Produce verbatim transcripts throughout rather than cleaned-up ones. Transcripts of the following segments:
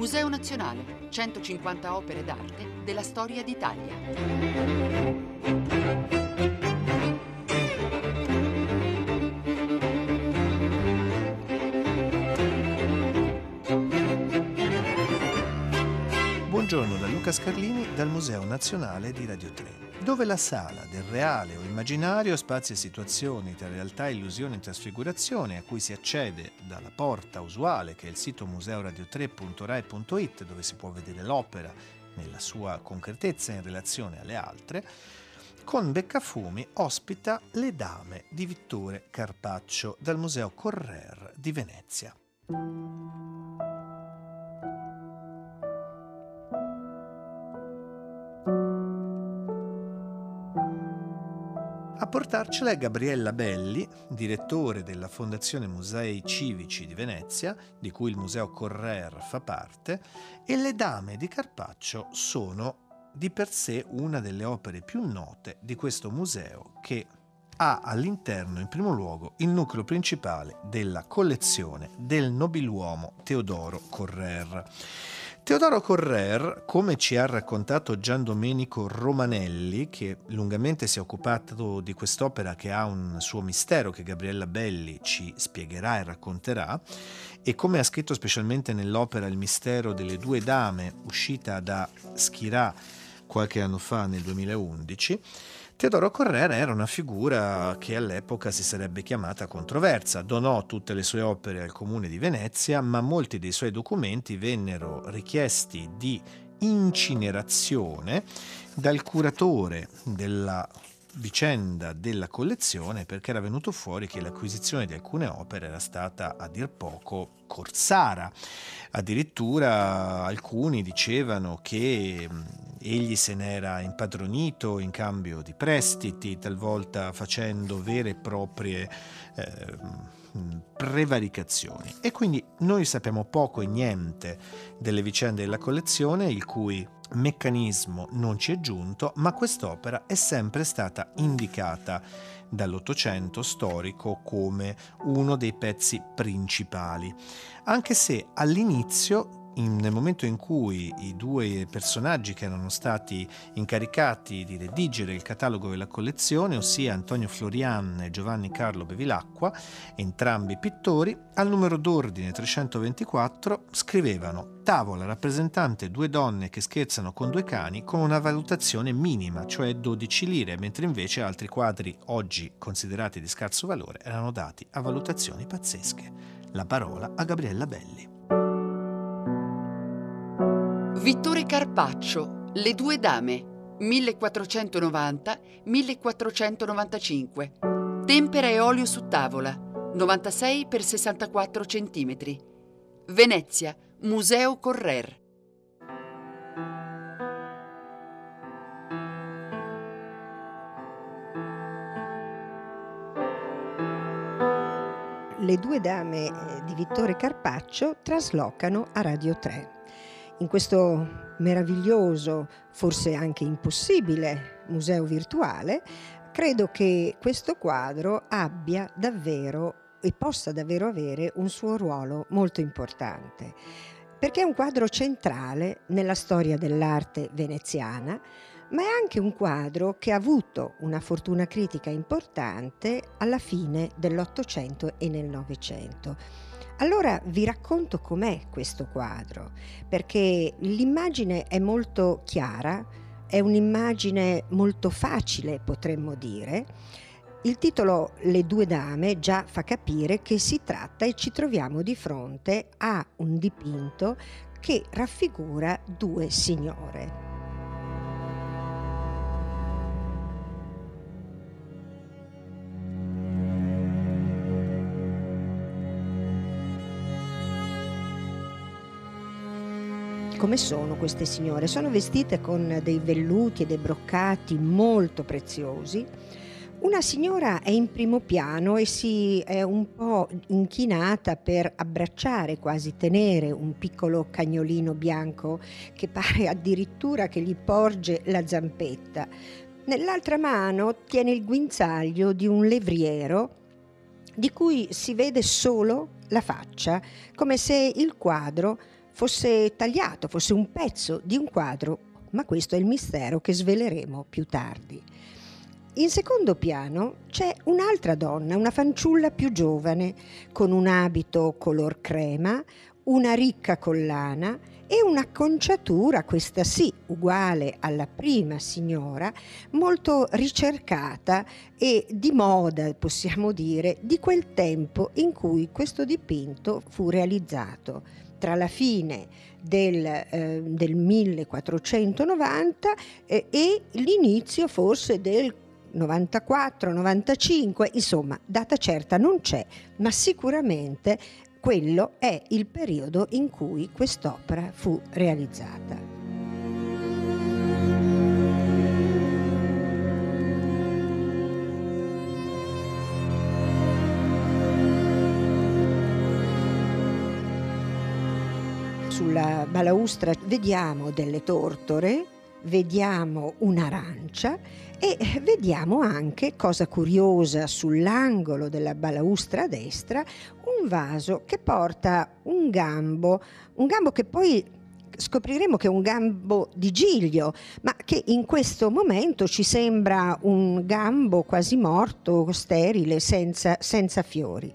Museo Nazionale, centocinquanta opere d'arte della storia d'Italia. Buongiorno da Luca Scarlini dal Museo Nazionale di Radio tre, dove la sala del reale o immaginario spazia situazioni tra realtà, illusione e trasfigurazione a cui si accede dalla porta usuale che è il sito museo radio tre punto rai punto it, dove si può vedere l'opera nella sua concretezza in relazione alle altre. Con Beccafumi ospita Le Dame di Vittore Carpaccio dal Museo Correr di Venezia. A portarcela è Gabriella Belli, direttore della Fondazione Musei Civici di Venezia, di cui il Museo Correr fa parte, e Le Dame di Carpaccio sono di per sé una delle opere più note di questo museo, che ha all'interno in primo luogo il nucleo principale della collezione del nobiluomo Teodoro Correr. Teodoro Correr, come ci ha raccontato Gian Domenico Romanelli, che lungamente si è occupato di quest'opera che ha un suo mistero che Gabriella Belli ci spiegherà e racconterà, e come ha scritto specialmente nell'opera Il mistero delle due dame, uscita da Schirà qualche anno fa, nel duemilaundici, Teodoro Correr era una figura che all'epoca si sarebbe chiamata controversa. Donò tutte le sue opere al Comune di Venezia, ma molti dei suoi documenti vennero richiesti di incinerazione dal curatore della vicenda della collezione, perché era venuto fuori che l'acquisizione di alcune opere era stata a dir poco corsara. Addirittura alcuni dicevano che egli se n'era impadronito in cambio di prestiti, talvolta facendo vere e proprie eh, prevaricazioni. E quindi noi sappiamo poco e niente delle vicende della collezione, il cui meccanismo non ci è giunto, ma quest'opera è sempre stata indicata dall'Ottocento storico come uno dei pezzi principali, anche se all'inizio, in, nel momento in cui i due personaggi che erano stati incaricati di redigere il catalogo della collezione, ossia Antonio Florian e Giovanni Carlo Bevilacqua, entrambi pittori, al numero d'ordine trecentoventiquattro scrivevano: tavola rappresentante due donne che scherzano con due cani con una valutazione minima, cioè dodici lire, mentre invece altri quadri oggi considerati di scarso valore erano dati a valutazioni pazzesche. La parola a Gabriella Belli. Vittore Carpaccio, Le due dame, millequattrocentonovanta millequattrocentonovantacinque. Tempera e olio su tavola, novantasei per sessantaquattro centimetri. Venezia, Museo Correr. Le due dame di Vittore Carpaccio traslocano a Radio tre. In questo meraviglioso, forse anche impossibile, museo virtuale, credo che questo quadro abbia davvero e possa davvero avere un suo ruolo molto importante, perché è un quadro centrale nella storia dell'arte veneziana, ma è anche un quadro che ha avuto una fortuna critica importante alla fine dell'Ottocento e nel Novecento. Allora vi racconto com'è questo quadro, perché l'immagine è molto chiara, è un'immagine molto facile, potremmo dire. Il titolo Le due dame già fa capire che si tratta e ci troviamo di fronte a un dipinto che raffigura due signore. Come sono queste signore? Sono vestite con dei velluti e dei broccati molto preziosi. Una signora è in primo piano e si è un po' inchinata per abbracciare, quasi tenere, un piccolo cagnolino bianco che pare addirittura che gli porge la zampetta. Nell'altra mano tiene il guinzaglio di un levriero di cui si vede solo la faccia, come se il quadro fosse tagliato, fosse un pezzo di un quadro, ma questo è il mistero che sveleremo più tardi. In secondo piano c'è un'altra donna, una fanciulla più giovane, con un abito color crema, una ricca collana e un'acconciatura, questa sì, uguale alla prima signora, molto ricercata e di moda, possiamo dire, di quel tempo in cui questo dipinto fu realizzato, tra la fine del, eh, del millequattrocentonovanta eh, e l'inizio forse del novantaquattro novantacinque, insomma, data certa non c'è, ma sicuramente quello è il periodo in cui quest'opera fu realizzata. Sulla balaustra vediamo delle tortore, vediamo un'arancia e vediamo anche, cosa curiosa, sull'angolo della balaustra a destra, un vaso che porta un gambo, un gambo che poi scopriremo che è un gambo di Giglio, ma che in questo momento ci sembra un gambo quasi morto, sterile, senza, senza fiori.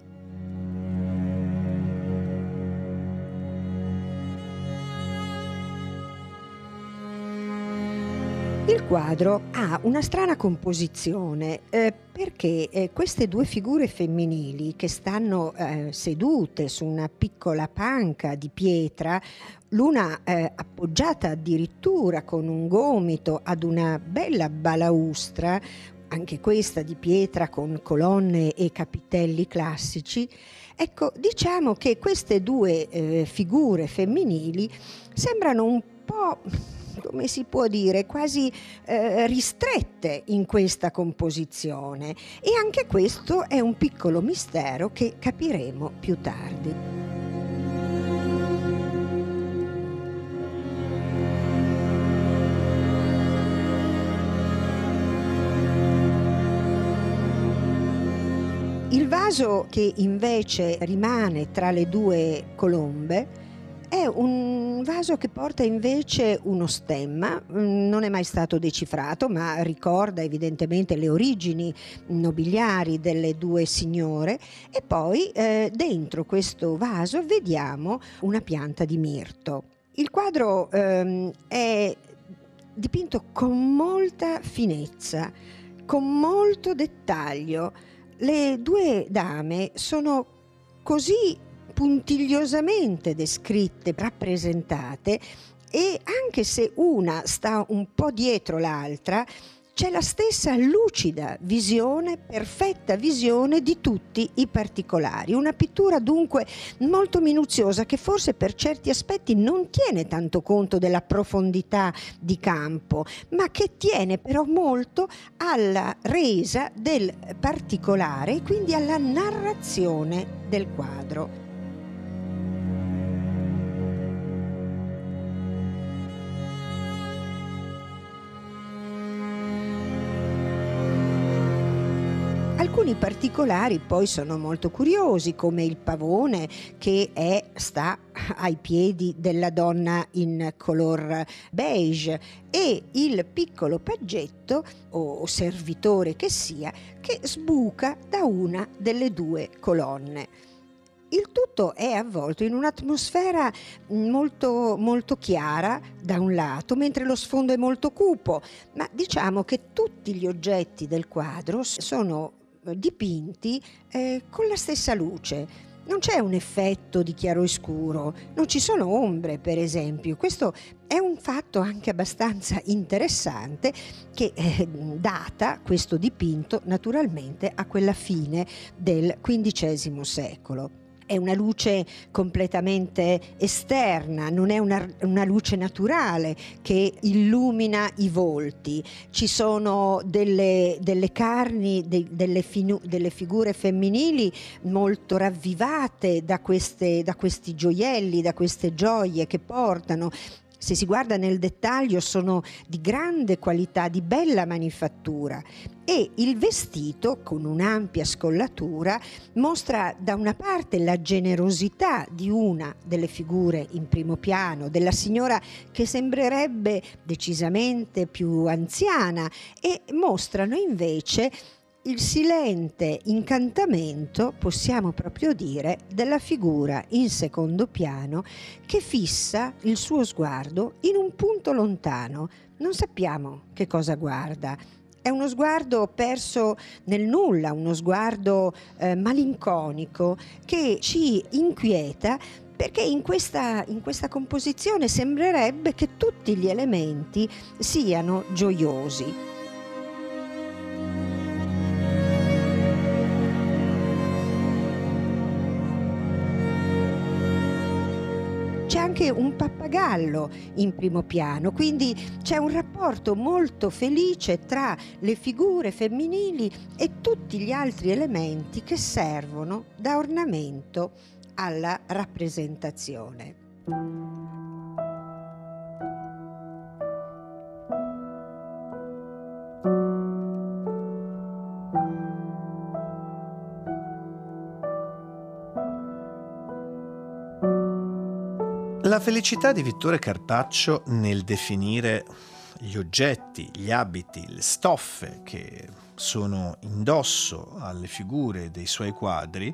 Il quadro ha una strana composizione eh, perché eh, queste due figure femminili che stanno eh, sedute su una piccola panca di pietra, l'una eh, appoggiata addirittura con un gomito ad una bella balaustra, anche questa di pietra con colonne e capitelli classici. Ecco, diciamo che queste due eh, figure femminili sembrano un po', come si può dire, quasi eh, ristrette in questa composizione, e anche questo è un piccolo mistero che capiremo più tardi. Il vaso che invece rimane tra le due colombe è un vaso che porta invece uno stemma, non è mai stato decifrato, ma ricorda evidentemente le origini nobiliari delle due signore, e poi eh, dentro questo vaso vediamo una pianta di mirto. Il quadro ehm, è dipinto con molta finezza, con molto dettaglio. Le due dame sono così puntigliosamente descritte, rappresentate, e anche se una sta un po' dietro l'altra, c'è la stessa lucida visione, perfetta visione di tutti i particolari. Una pittura dunque molto minuziosa che forse per certi aspetti non tiene tanto conto della profondità di campo, ma che tiene però molto alla resa del particolare e quindi alla narrazione del quadro. Alcuni particolari poi sono molto curiosi, come il pavone che è, sta ai piedi della donna in color beige, e il piccolo paggetto o servitore che sia che sbuca da una delle due colonne. Il tutto è avvolto in un'atmosfera molto, molto chiara da un lato, mentre lo sfondo è molto cupo, ma diciamo che tutti gli oggetti del quadro sono dipinti eh, con la stessa luce. Non c'è un effetto di chiaro e scuro, non ci sono ombre, per esempio. Questo è un fatto anche abbastanza interessante che eh, data questo dipinto naturalmente a quella fine del quindicesimo secolo. È una luce completamente esterna, non è una, una luce naturale che illumina i volti. Ci sono delle, delle carni, de, delle, finu, delle figure femminili molto ravvivate da, queste, da questi gioielli, da queste gioie che portano. se si guarda nel dettaglio sono di grande qualità, di bella manifattura, e il vestito con un'ampia scollatura mostra da una parte la generosità di una delle figure in primo piano, della signora che sembrerebbe decisamente più anziana, e mostrano invece il silente incantamento, possiamo proprio dire, della figura in secondo piano che fissa il suo sguardo in un punto lontano. Non sappiamo che cosa guarda. È uno sguardo perso nel nulla, uno sguardo eh, malinconico che ci inquieta, perché in questa, in questa composizione sembrerebbe che tutti gli elementi siano gioiosi. C'è anche un pappagallo in primo piano, quindi c'è un rapporto molto felice tra le figure femminili e tutti gli altri elementi che servono da ornamento alla rappresentazione. La felicità di Vittore Carpaccio nel definire gli oggetti, gli abiti, le stoffe che sono indosso alle figure dei suoi quadri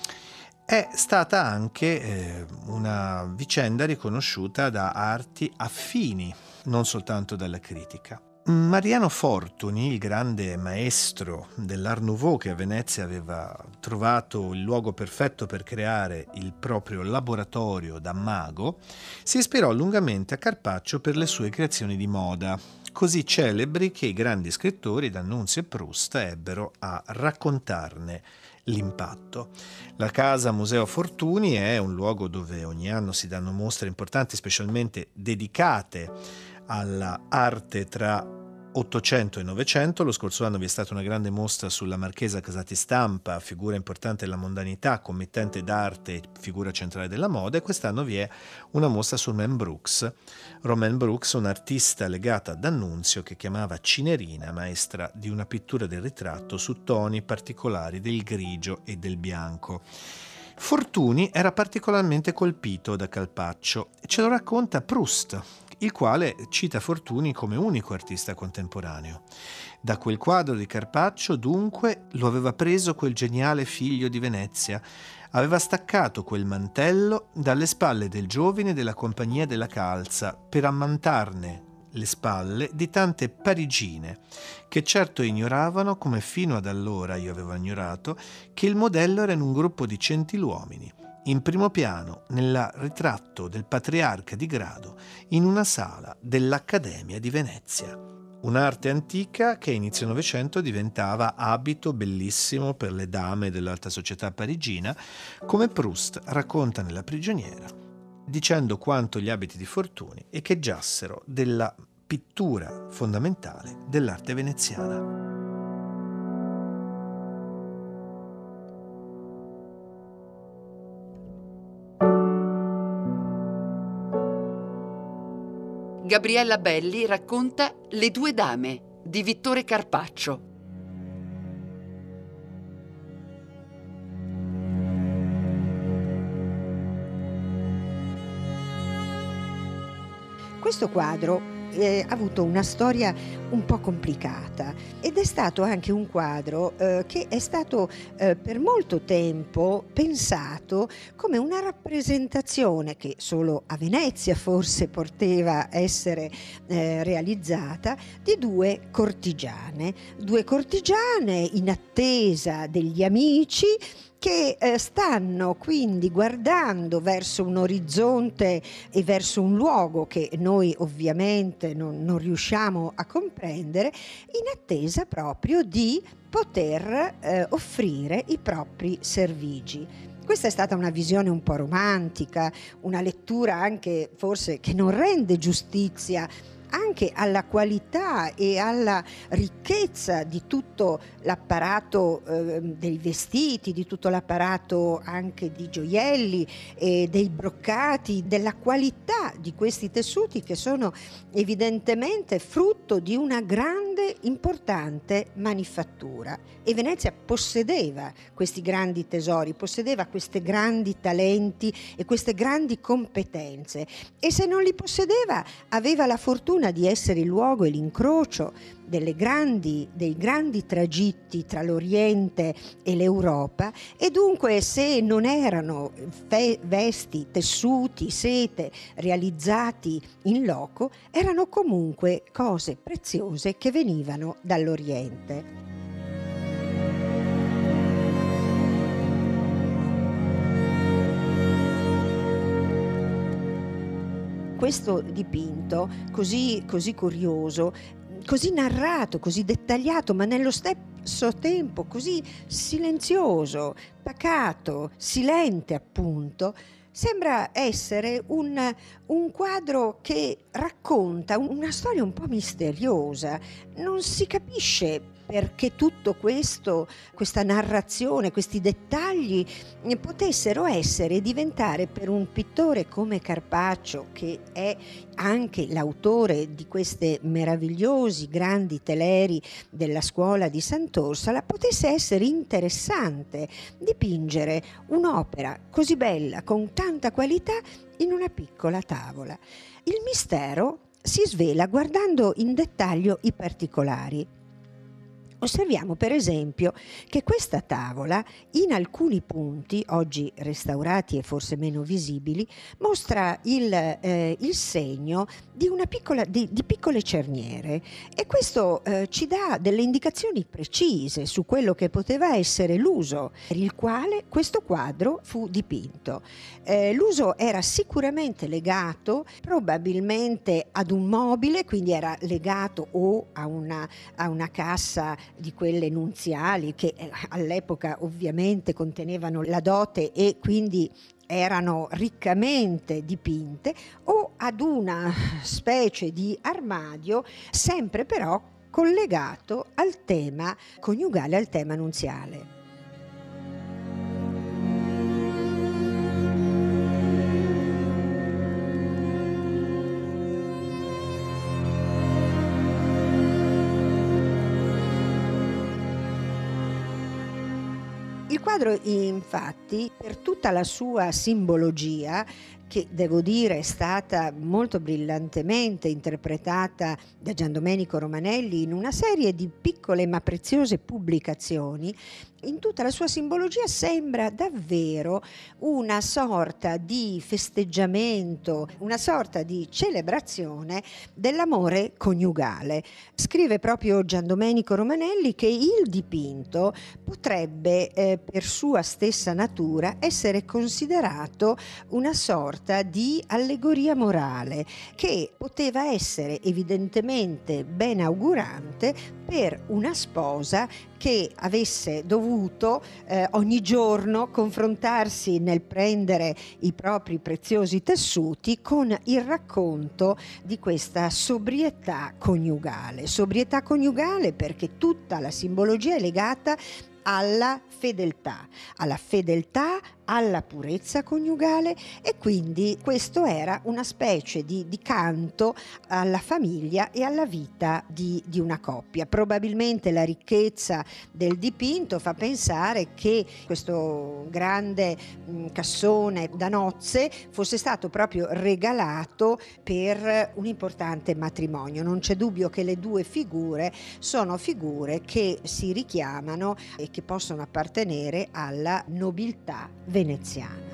è stata anche eh, una vicenda riconosciuta da arti affini, non soltanto dalla critica. Mariano Fortuny, il grande maestro dell'Art Nouveau che a Venezia aveva trovato il luogo perfetto per creare il proprio laboratorio da mago, si ispirò lungamente a Carpaccio per le sue creazioni di moda, così celebri che i grandi scrittori D'Annunzio e Proust ebbero a raccontarne l'impatto. La casa Museo Fortuny è un luogo dove ogni anno si danno mostre importanti, specialmente dedicate alla arte tra Ottocento e Novecento. Lo scorso anno vi è stata una grande mostra sulla Marchesa Casati Stampa, figura importante della mondanità, committente d'arte e figura centrale della moda, e quest'anno vi è una mostra su Romain Brooks. Romain Brooks, un'artista legata a D'Annunzio che chiamava Cinerina, maestra di una pittura del ritratto su toni particolari del grigio e del bianco. Fortuny era particolarmente colpito da Carpaccio e ce lo racconta Proust, il quale cita Fortuny come unico artista contemporaneo. Da quel quadro di Carpaccio, dunque, lo aveva preso quel geniale figlio di Venezia, aveva staccato quel mantello dalle spalle del giovine della Compagnia della Calza per ammantarne le spalle di tante parigine che certo ignoravano, come fino ad allora io avevo ignorato, che il modello era in un gruppo di gentiluomini, in primo piano nel ritratto del patriarca di grado in una sala dell'Accademia di Venezia. Un'arte antica che a inizio Novecento diventava abito bellissimo per le dame dell'alta società parigina, come Proust racconta nella Prigioniera, dicendo quanto gli abiti di Fortuny echeggiassero della pittura fondamentale dell'arte veneziana. Gabriella Belli racconta Le due dame di Vittore Carpaccio. Questo quadro eh, ha avuto una storia un po' complicata ed è stato anche un quadro eh, che è stato eh, per molto tempo pensato come una rappresentazione che solo a Venezia forse poteva essere eh, realizzata, di due cortigiane, due cortigiane in attesa degli amici che eh, stanno quindi guardando verso un orizzonte e verso un luogo che noi ovviamente non, non riusciamo a comprendere, in attesa proprio di poter eh, offrire i propri servigi. Questa è stata una visione un po' romantica, una lettura anche forse che non rende giustizia anche alla qualità e alla ricchezza di tutto l'apparato eh, dei vestiti, di tutto l'apparato anche di gioielli e dei broccati, della qualità di questi tessuti che sono evidentemente frutto di una grande, importante manifattura. E Venezia possedeva questi grandi tesori, possedeva questi grandi talenti e queste grandi competenze, e se non li possedeva aveva la fortuna di essere il luogo e l'incrocio delle grandi, dei grandi tragitti tra l'Oriente e l'Europa, e dunque se non erano fe- vesti, tessuti, sete realizzati in loco, erano comunque cose preziose che venivano dall'Oriente. Questo dipinto così, così curioso, così narrato, così dettagliato, ma nello stesso tempo così silenzioso, pacato, silente appunto, sembra essere un, un quadro che racconta una storia un po' misteriosa. Non si capisce perché tutto questo, questa narrazione, questi dettagli potessero essere e diventare per un pittore come Carpaccio, che è anche l'autore di questi meravigliosi grandi teleri della scuola di Sant'Orsola, potesse essere interessante dipingere un'opera così bella, con tanta qualità, in una piccola tavola. Il mistero si svela guardando in dettaglio i particolari. Osserviamo per esempio che questa tavola, in alcuni punti, oggi restaurati e forse meno visibili, mostra il, eh, il segno di, una piccola, di, di piccole cerniere, e questo eh, ci dà delle indicazioni precise su quello che poteva essere l'uso per il quale questo quadro fu dipinto. Eh, l'uso era sicuramente legato probabilmente ad un mobile, quindi era legato o a una, a una cassa di quelle nunziali che all'epoca ovviamente contenevano la dote e quindi erano riccamente dipinte, o ad una specie di armadio, sempre però collegato al tema coniugale, al tema nunziale. Il quadro, infatti, per tutta la sua simbologia, che devo dire è stata molto brillantemente interpretata da Giandomenico Romanelli in una serie di piccole ma preziose pubblicazioni, in tutta la sua simbologia sembra davvero una sorta di festeggiamento, una sorta di celebrazione dell'amore coniugale. Scrive proprio Giandomenico Romanelli che il dipinto potrebbe, eh, per sua stessa natura, essere considerato una sorta di allegoria morale, che poteva essere evidentemente ben augurante per una sposa che avesse dovuto eh, ogni giorno confrontarsi nel prendere i propri preziosi tessuti con il racconto di questa sobrietà coniugale. Sobrietà coniugale perché tutta la simbologia è legata alla fedeltà, alla fedeltà, alla purezza coniugale, e quindi questo era una specie di, di canto alla famiglia e alla vita di, di una coppia. Probabilmente la ricchezza del dipinto fa pensare che questo grande mh, cassone da nozze fosse stato proprio regalato per un importante matrimonio. Non c'è dubbio che le due figure sono figure che si richiamano e che possono appartenere alla nobiltà veneziana.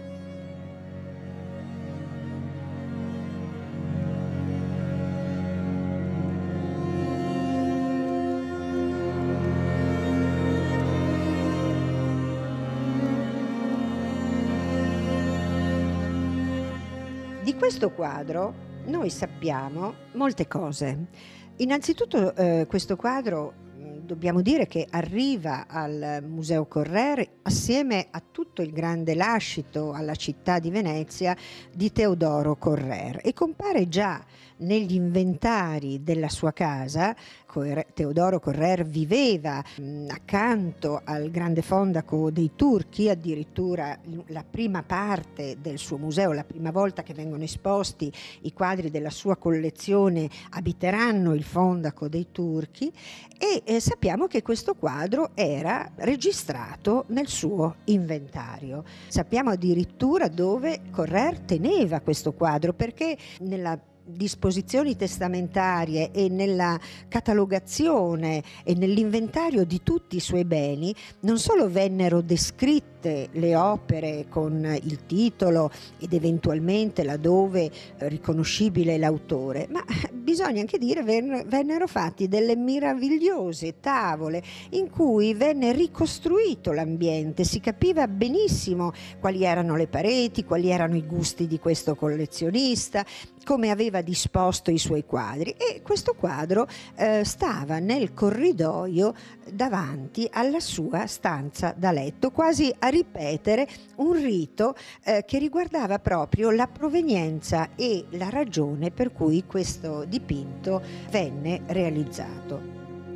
Di questo quadro noi sappiamo molte cose. Innanzitutto eh, questo quadro dobbiamo dire che arriva al Museo Correr assieme a tutto il grande lascito alla città di Venezia di Teodoro Correr e compare già negli inventari della sua casa. Teodoro Correr viveva mh, accanto al grande fondaco dei Turchi, addirittura la prima parte del suo museo, la prima volta che vengono esposti i quadri della sua collezione abiteranno il fondaco dei Turchi e eh, sappiamo che questo quadro era registrato nel suo inventario. Sappiamo addirittura dove Correr teneva questo quadro, perché nella disposizioni testamentarie e nella catalogazione e nell'inventario di tutti i suoi beni non solo vennero descritte le opere con il titolo ed eventualmente laddove riconoscibile l'autore, ma bisogna anche dire vennero fatti delle meravigliose tavole in cui venne ricostruito l'ambiente, si capiva benissimo quali erano le pareti, quali erano i gusti di questo collezionista, come aveva disposto i suoi quadri, e questo quadro eh, stava nel corridoio davanti alla sua stanza da letto, quasi a ripetere un rito eh, che riguardava proprio la provenienza e la ragione per cui questo dipinto venne realizzato.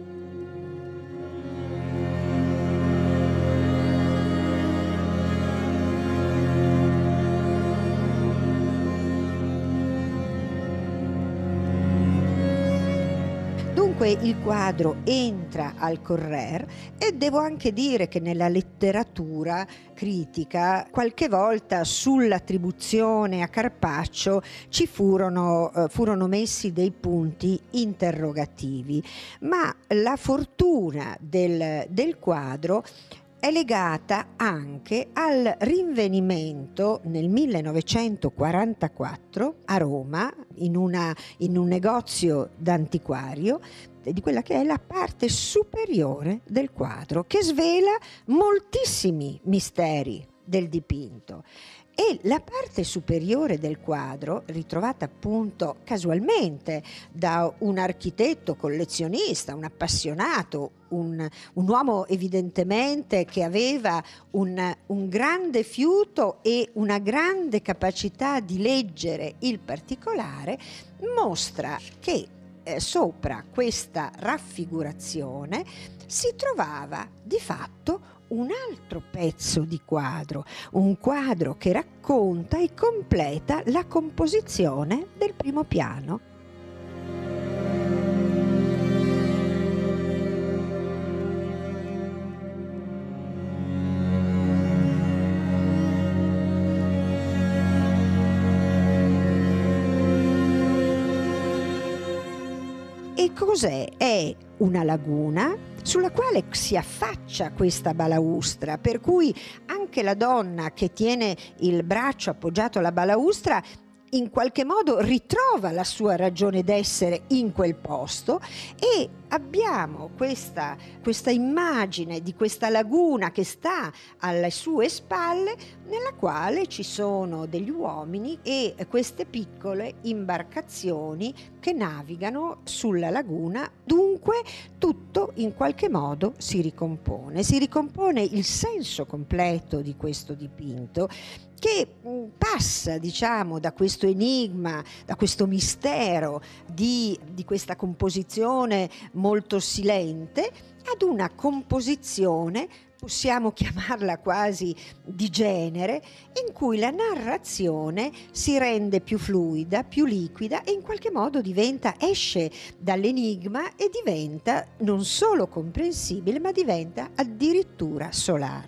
Dunque il quadro entra al Correr e devo anche dire che nella letteratura critica qualche volta sull'attribuzione a Carpaccio ci furono, eh, furono messi dei punti interrogativi, ma la fortuna del, del quadro è legata anche al rinvenimento nel millenovecentoquarantaquattro a Roma, in, una, in un negozio d'antiquario, di quella che è la parte superiore del quadro, che svela moltissimi misteri del dipinto. E la parte superiore del quadro, ritrovata appunto casualmente da un architetto collezionista, un appassionato, un, un uomo evidentemente che aveva un, un grande fiuto e una grande capacità di leggere il particolare, mostra che eh, sopra questa raffigurazione si trovava di fatto un altro pezzo di quadro, un quadro che racconta e completa la composizione del primo piano. E cos'è? È una laguna sulla quale si affaccia questa balaustra, per cui anche la donna che tiene il braccio appoggiato alla balaustra in qualche modo ritrova la sua ragione d'essere in quel posto, e abbiamo questa, questa immagine di questa laguna che sta alle sue spalle, nella quale ci sono degli uomini e queste piccole imbarcazioni che navigano sulla laguna. Dunque tutto in qualche modo si ricompone, si ricompone il senso completo di questo dipinto, che passa, diciamo, da questo enigma, da questo mistero di, di questa composizione molto silente ad una composizione, possiamo chiamarla quasi di genere, in cui la narrazione si rende più fluida, più liquida e in qualche modo diventa, esce dall'enigma e diventa non solo comprensibile, ma diventa addirittura solare.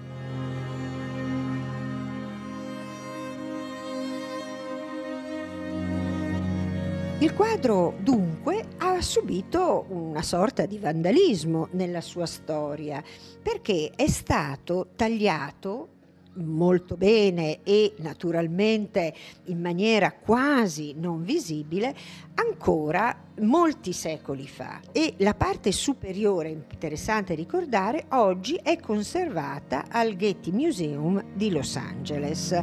Il quadro dunque ha subito una sorta di vandalismo nella sua storia, perché è stato tagliato molto bene e naturalmente in maniera quasi non visibile ancora molti secoli fa, e la parte superiore, interessante ricordare, oggi è conservata al Getty Museum di Los Angeles.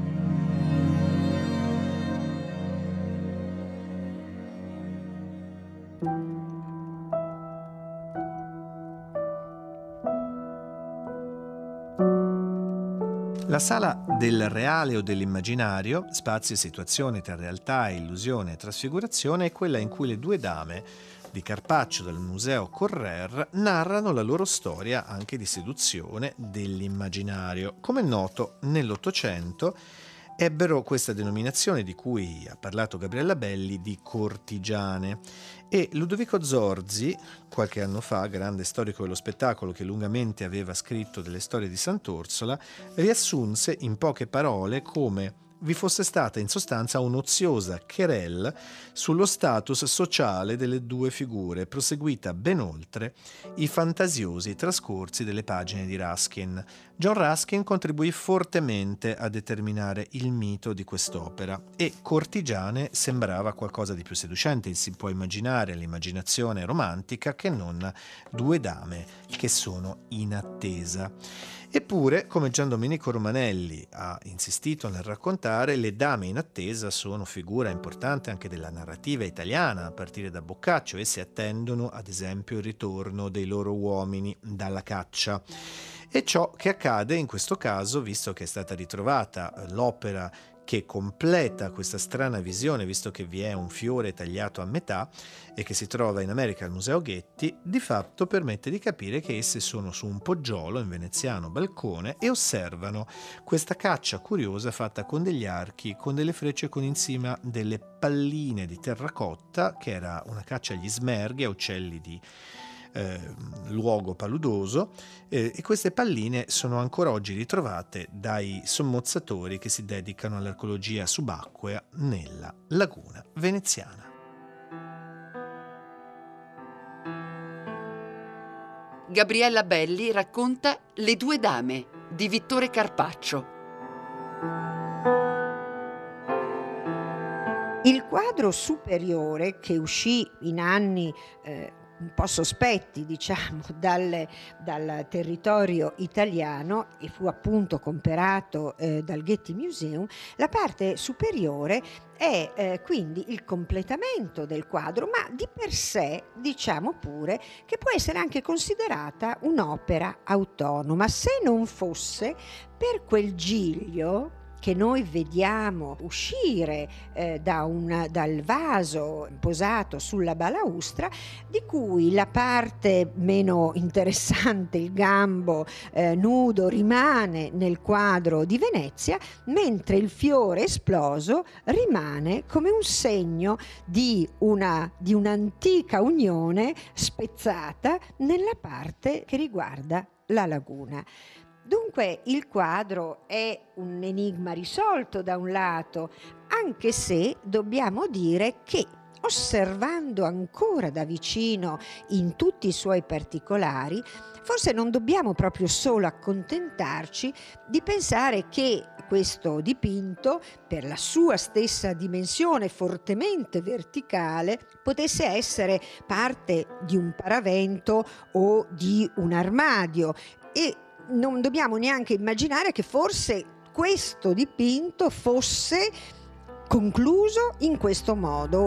La sala del reale o dell'immaginario, spazio e situazione tra realtà, illusione e trasfigurazione, è quella in cui le due dame di Carpaccio del Museo Correr narrano la loro storia anche di seduzione dell'immaginario. Come è noto, nell'Ottocento ebbero questa denominazione di cui ha parlato Gabriella Belli di cortigiane, e Ludovico Zorzi, qualche anno fa, grande storico dello spettacolo che lungamente aveva scritto delle storie di Sant'Orsola, riassunse in poche parole come vi fosse stata in sostanza un'oziosa querelle sullo status sociale delle due figure, proseguita ben oltre i fantasiosi trascorsi delle pagine di Ruskin. John Ruskin contribuì fortemente a determinare il mito di quest'opera e cortigiane sembrava qualcosa di più seducente. Si può immaginare l'immaginazione romantica che non due dame che sono in attesa. Eppure, come Gian Domenico Romanelli ha insistito nel raccontare, le dame in attesa sono figura importante anche della narrativa italiana, a partire da Boccaccio. Esse attendono, ad esempio, il ritorno dei loro uomini dalla caccia. E ciò che accade in questo caso, visto che è stata ritrovata l'opera che completa questa strana visione, visto che vi è un fiore tagliato a metà e che si trova in America al Museo Getty, di fatto permette di capire che esse sono su un poggiolo in veneziano balcone e osservano questa caccia curiosa fatta con degli archi, con delle frecce, con in cima delle palline di terracotta, che era una caccia agli smerghi, a uccelli di Eh, luogo paludoso, eh, e queste palline sono ancora oggi ritrovate dai sommozzatori che si dedicano all'archeologia subacquea nella laguna veneziana. Gabriella Belli racconta Le due dame di Vittore Carpaccio. Il quadro superiore, che uscì in anni eh, un po' sospetti, diciamo, dal, dal territorio italiano e fu appunto comperato eh, dal Getty Museum, la parte superiore è eh, quindi il completamento del quadro, ma di per sé diciamo pure che può essere anche considerata un'opera autonoma, se non fosse per quel giglio che noi vediamo uscire eh, da un, dal vaso posato sulla balaustra, di cui la parte meno interessante, il gambo eh, nudo, rimane nel quadro di Venezia, mentre il fiore esploso rimane come un segno di, una, di un'antica unione spezzata nella parte che riguarda la laguna. Dunque il quadro è un enigma risolto da un lato, anche se dobbiamo dire che, osservando ancora da vicino in tutti i suoi particolari, forse non dobbiamo proprio solo accontentarci di pensare che questo dipinto, per la sua stessa dimensione fortemente verticale, potesse essere parte di un paravento o di un armadio, e non dobbiamo neanche immaginare che forse questo dipinto fosse concluso in questo modo.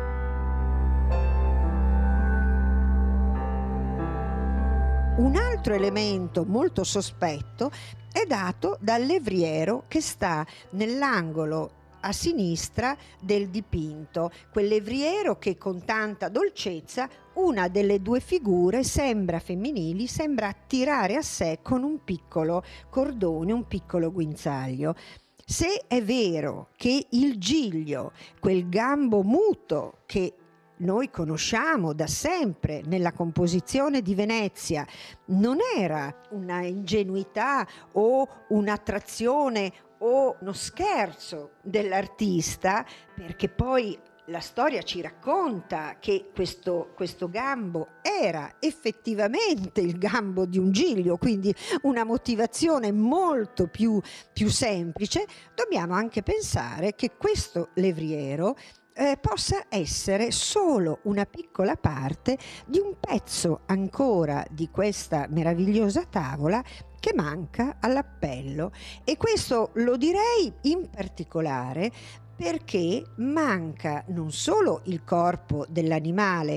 Un altro elemento molto sospetto è dato dal levriero che sta nell'angolo a sinistra del dipinto, quel levriero che con tanta dolcezza una delle due figure sembra femminili, sembra attirare a sé con un piccolo cordone, un piccolo guinzaglio. Se è vero che il giglio, quel gambo muto che noi conosciamo da sempre nella composizione di Venezia, non era una ingenuità o un'attrazione o uno scherzo dell'artista, perché poi la storia ci racconta che questo, questo gambo era effettivamente il gambo di un giglio, quindi una motivazione molto più, più semplice, dobbiamo anche pensare che questo levriero Eh, possa essere solo una piccola parte di un pezzo ancora di questa meravigliosa tavola che manca all'appello. E questo lo direi in particolare perché manca non solo il corpo dell'animale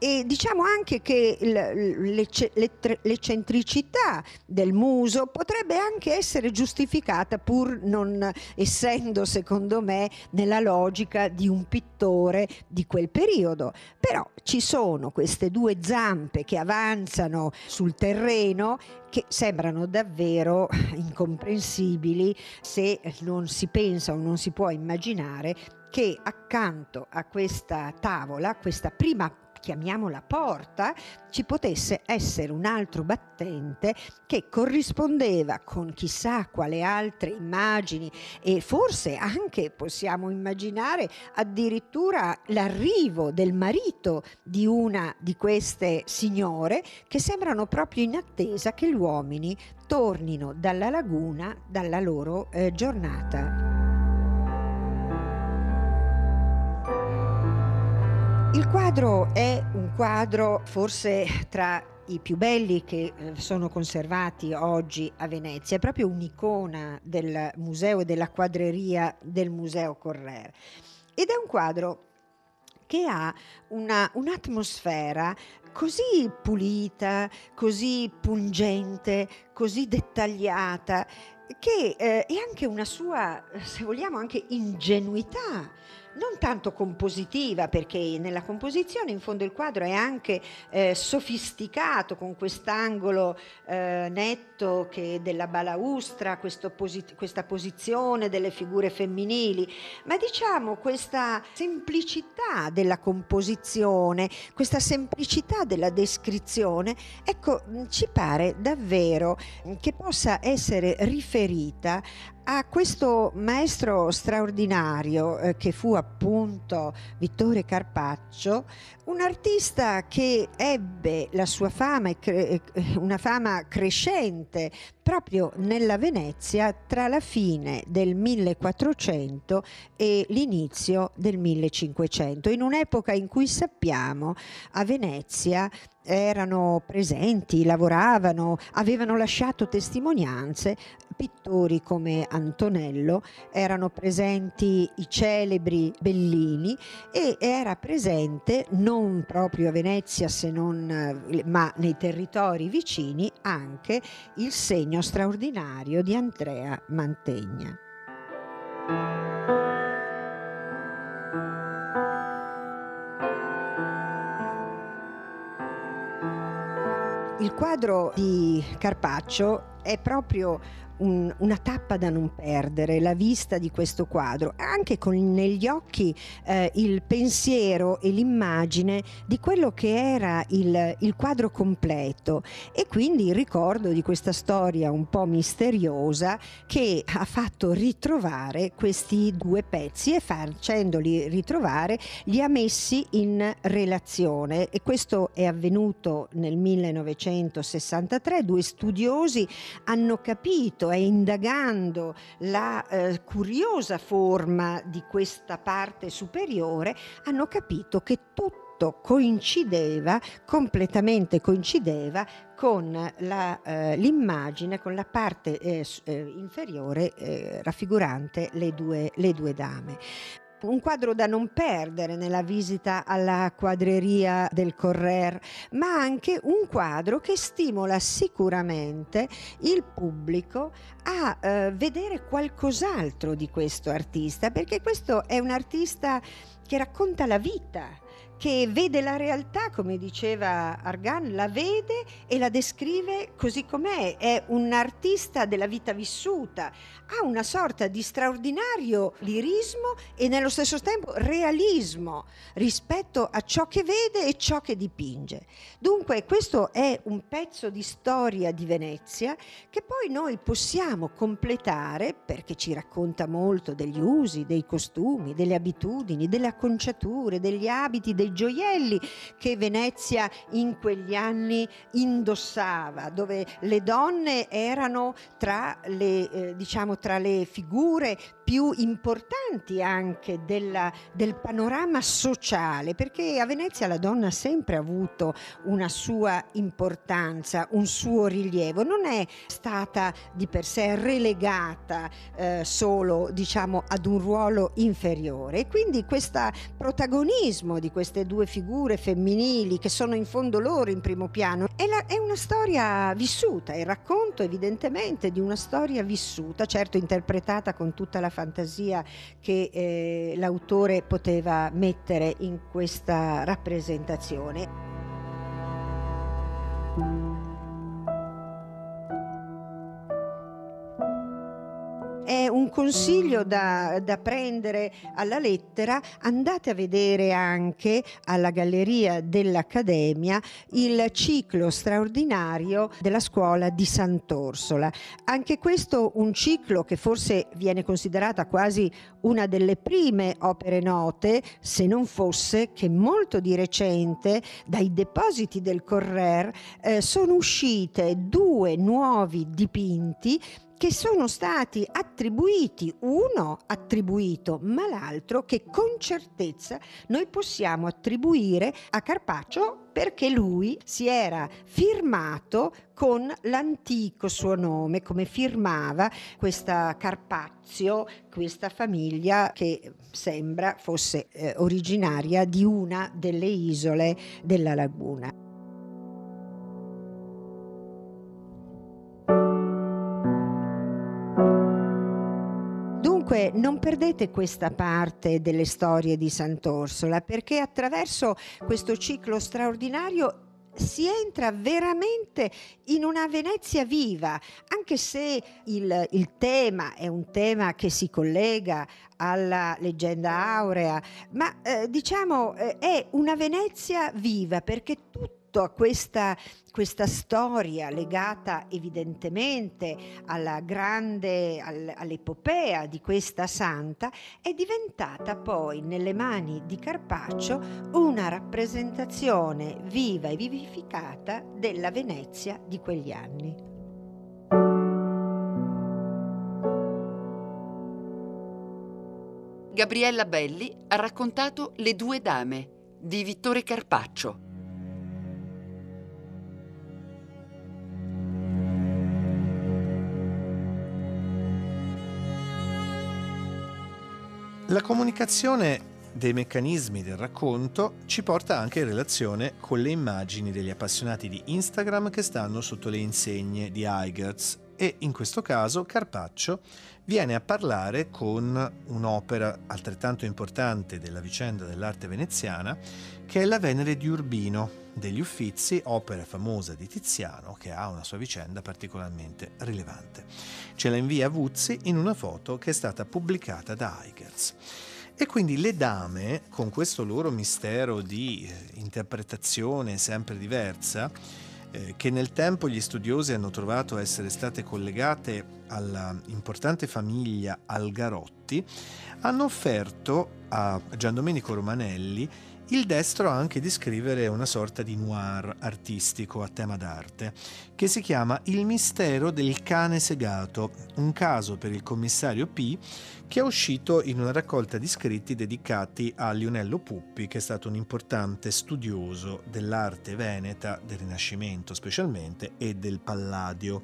e diciamo anche che l'ecce- l'eccentricità del muso potrebbe anche essere giustificata, pur non essendo, secondo me, nella logica di un pittore di quel periodo. Però ci sono queste due zampe che avanzano sul terreno che sembrano davvero incomprensibili se non si pensa o non si può immaginare che accanto a questa tavola, questa prima, chiamiamola porta, ci potesse essere un altro battente che corrispondeva con chissà quale altre immagini, e forse anche possiamo immaginare addirittura l'arrivo del marito di una di queste signore che sembrano proprio in attesa che gli uomini tornino dalla laguna dalla loro eh, giornata. Il quadro è un quadro forse tra i più belli che sono conservati oggi a Venezia, è proprio un'icona del museo e della quadreria del Museo Correr, ed è un quadro che ha una, un'atmosfera così pulita, così pungente, così dettagliata, che eh, è anche una sua, se vogliamo, anche ingenuità, non tanto compositiva, perché nella composizione in fondo il quadro è anche eh, sofisticato, con quest'angolo eh, netto che della balaustra, questo posi- questa posizione delle figure femminili, ma diciamo questa semplicità della composizione, questa semplicità della descrizione, ecco, ci pare davvero che possa essere riferita a questo maestro straordinario eh, che fu appunto Vittore Carpaccio, un artista che ebbe la sua fama, e cre- una fama crescente proprio nella Venezia tra la fine del millequattrocento e l'inizio del millecinquecento, in un'epoca in cui sappiamo a Venezia erano presenti, lavoravano, avevano lasciato testimonianze pittori come Antonello, erano presenti i celebri Bellini e era presente non proprio a Venezia se non, ma nei territori vicini, anche il segno straordinario di Andrea Mantegna. Il quadro di Carpaccio è proprio un, una tappa da non perdere, la vista di questo quadro, anche con negli occhi eh, il pensiero e l'immagine di quello che era il, il quadro completo, e quindi il ricordo di questa storia un po' misteriosa che ha fatto ritrovare questi due pezzi, e facendoli ritrovare li ha messi in relazione, e questo è avvenuto nel millenovecentosessantatré. Due studiosi hanno capito, e indagando la eh, curiosa forma di questa parte superiore, hanno capito che tutto coincideva, completamente coincideva con la, eh, l'immagine, con la parte eh, inferiore eh, raffigurante le due, le due dame. Un quadro da non perdere nella visita alla quadreria del Correr, ma anche un quadro che stimola sicuramente il pubblico a eh, vedere qualcos'altro di questo artista, perché questo è un artista che racconta la vita, che vede la realtà, come diceva Argan, la vede e la descrive così com'è. È un artista della vita vissuta, ha una sorta di straordinario lirismo e nello stesso tempo realismo rispetto a ciò che vede e ciò che dipinge. Dunque questo è un pezzo di storia di Venezia che poi noi possiamo completare, perché ci racconta molto degli usi, dei costumi, delle abitudini, delle acconciature, degli abiti, dei gioielli che Venezia in quegli anni indossava, dove le donne erano tra le, eh, diciamo, tra le figure più importanti anche della, del panorama sociale, perché a Venezia la donna ha sempre avuto una sua importanza, un suo rilievo, non è stata di per sé relegata eh, solo, diciamo, ad un ruolo inferiore, e quindi questo protagonismo di queste due figure femminili che sono in fondo loro in primo piano. È, la, è una storia vissuta, è il racconto evidentemente di una storia vissuta, certo interpretata con tutta la fantasia che eh, l'autore poteva mettere in questa rappresentazione. È un consiglio da, da prendere alla lettera. Andate a vedere anche alla Galleria dell'Accademia il ciclo straordinario della scuola di Sant'Orsola. Anche questo un ciclo che forse viene considerata quasi una delle prime opere note, se non fosse che molto di recente dai depositi del Correr eh, sono uscite due nuovi dipinti che sono stati attribuiti, uno attribuito, ma l'altro che con certezza noi possiamo attribuire a Carpaccio, perché lui si era firmato con l'antico suo nome, come firmava questa Carpazio, questa famiglia che sembra fosse eh, originaria di una delle isole della laguna. Dunque non perdete questa parte delle storie di Sant'Orsola, perché attraverso questo ciclo straordinario si entra veramente in una Venezia viva, anche se il, il tema è un tema che si collega alla leggenda aurea, ma eh, diciamo eh, è una Venezia viva, perché tutto a questa, questa storia legata evidentemente alla grande, all, all'epopea di questa santa è diventata poi nelle mani di Carpaccio una rappresentazione viva e vivificata della Venezia di quegli anni. Gabriella Belli ha raccontato Le due dame di Vittore Carpaccio. La comunicazione dei meccanismi del racconto ci porta anche in relazione con le immagini degli appassionati di Instagram che stanno sotto le insegne di Eigerz, e in questo caso Carpaccio viene a parlare con un'opera altrettanto importante della vicenda dell'arte veneziana, che è la Venere di Urbino degli Uffizi, opera famosa di Tiziano che ha una sua vicenda particolarmente rilevante. Ce la invia Vuzzi in una foto che è stata pubblicata da Eigerz. E quindi le dame, con questo loro mistero di interpretazione sempre diversa, eh, che nel tempo gli studiosi hanno trovato essere state collegate alla importante famiglia Algarotti, hanno offerto a Giandomenico Romanelli il destro anche di scrivere una sorta di noir artistico a tema d'arte, che si chiama Il mistero del cane segato, un caso per il commissario P, che è uscito in una raccolta di scritti dedicati a Lionello Puppi, che è stato un importante studioso dell'arte veneta, del Rinascimento specialmente, e del Palladio.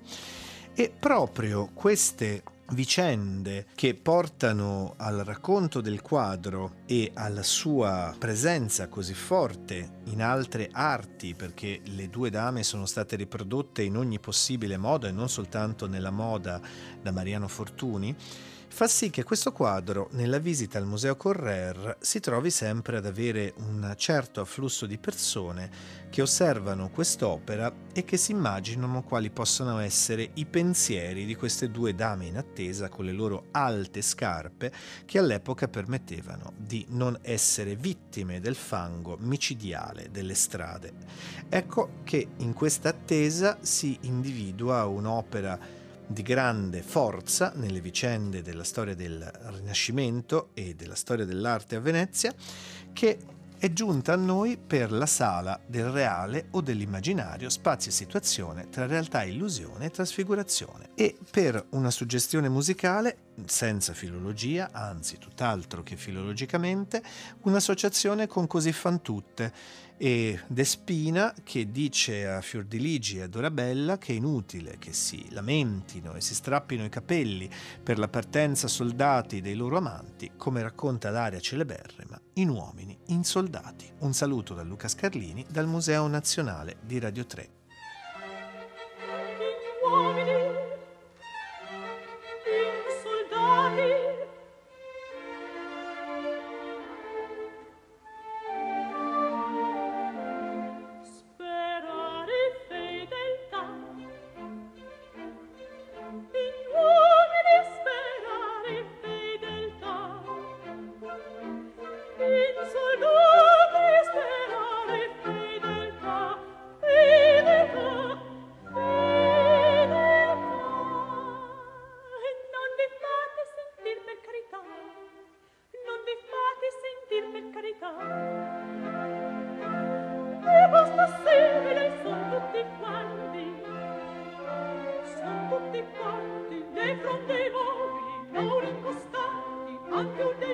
E proprio queste vicende che portano al racconto del quadro e alla sua presenza così forte in altre arti, perché le due dame sono state riprodotte in ogni possibile modo e non soltanto nella moda da Mariano Fortuny, fa sì che questo quadro, nella visita al Museo Correr, si trovi sempre ad avere un certo afflusso di persone che osservano quest'opera e che si immaginano quali possano essere i pensieri di queste due dame in attesa con le loro alte scarpe, che all'epoca permettevano di non essere vittime del fango micidiale delle strade. Ecco che in questa attesa si individua un'opera di grande forza nelle vicende della storia del Rinascimento e della storia dell'arte a Venezia, che è giunta a noi per la sala del reale o dell'immaginario, spazio e situazione tra realtà, illusione e trasfigurazione, e per una suggestione musicale senza filologia, anzi tutt'altro che filologicamente, un'associazione con Così fan tutte, e Despina che dice a Fiordiligi e a Dorabella che è inutile che si lamentino e si strappino i capelli per la partenza soldati dei loro amanti, come racconta l'aria celeberrima in uomini, in soldati. Un saluto da Luca Scarlini dal Museo Nazionale di Radio tre. In uomini, in soldati. Anche un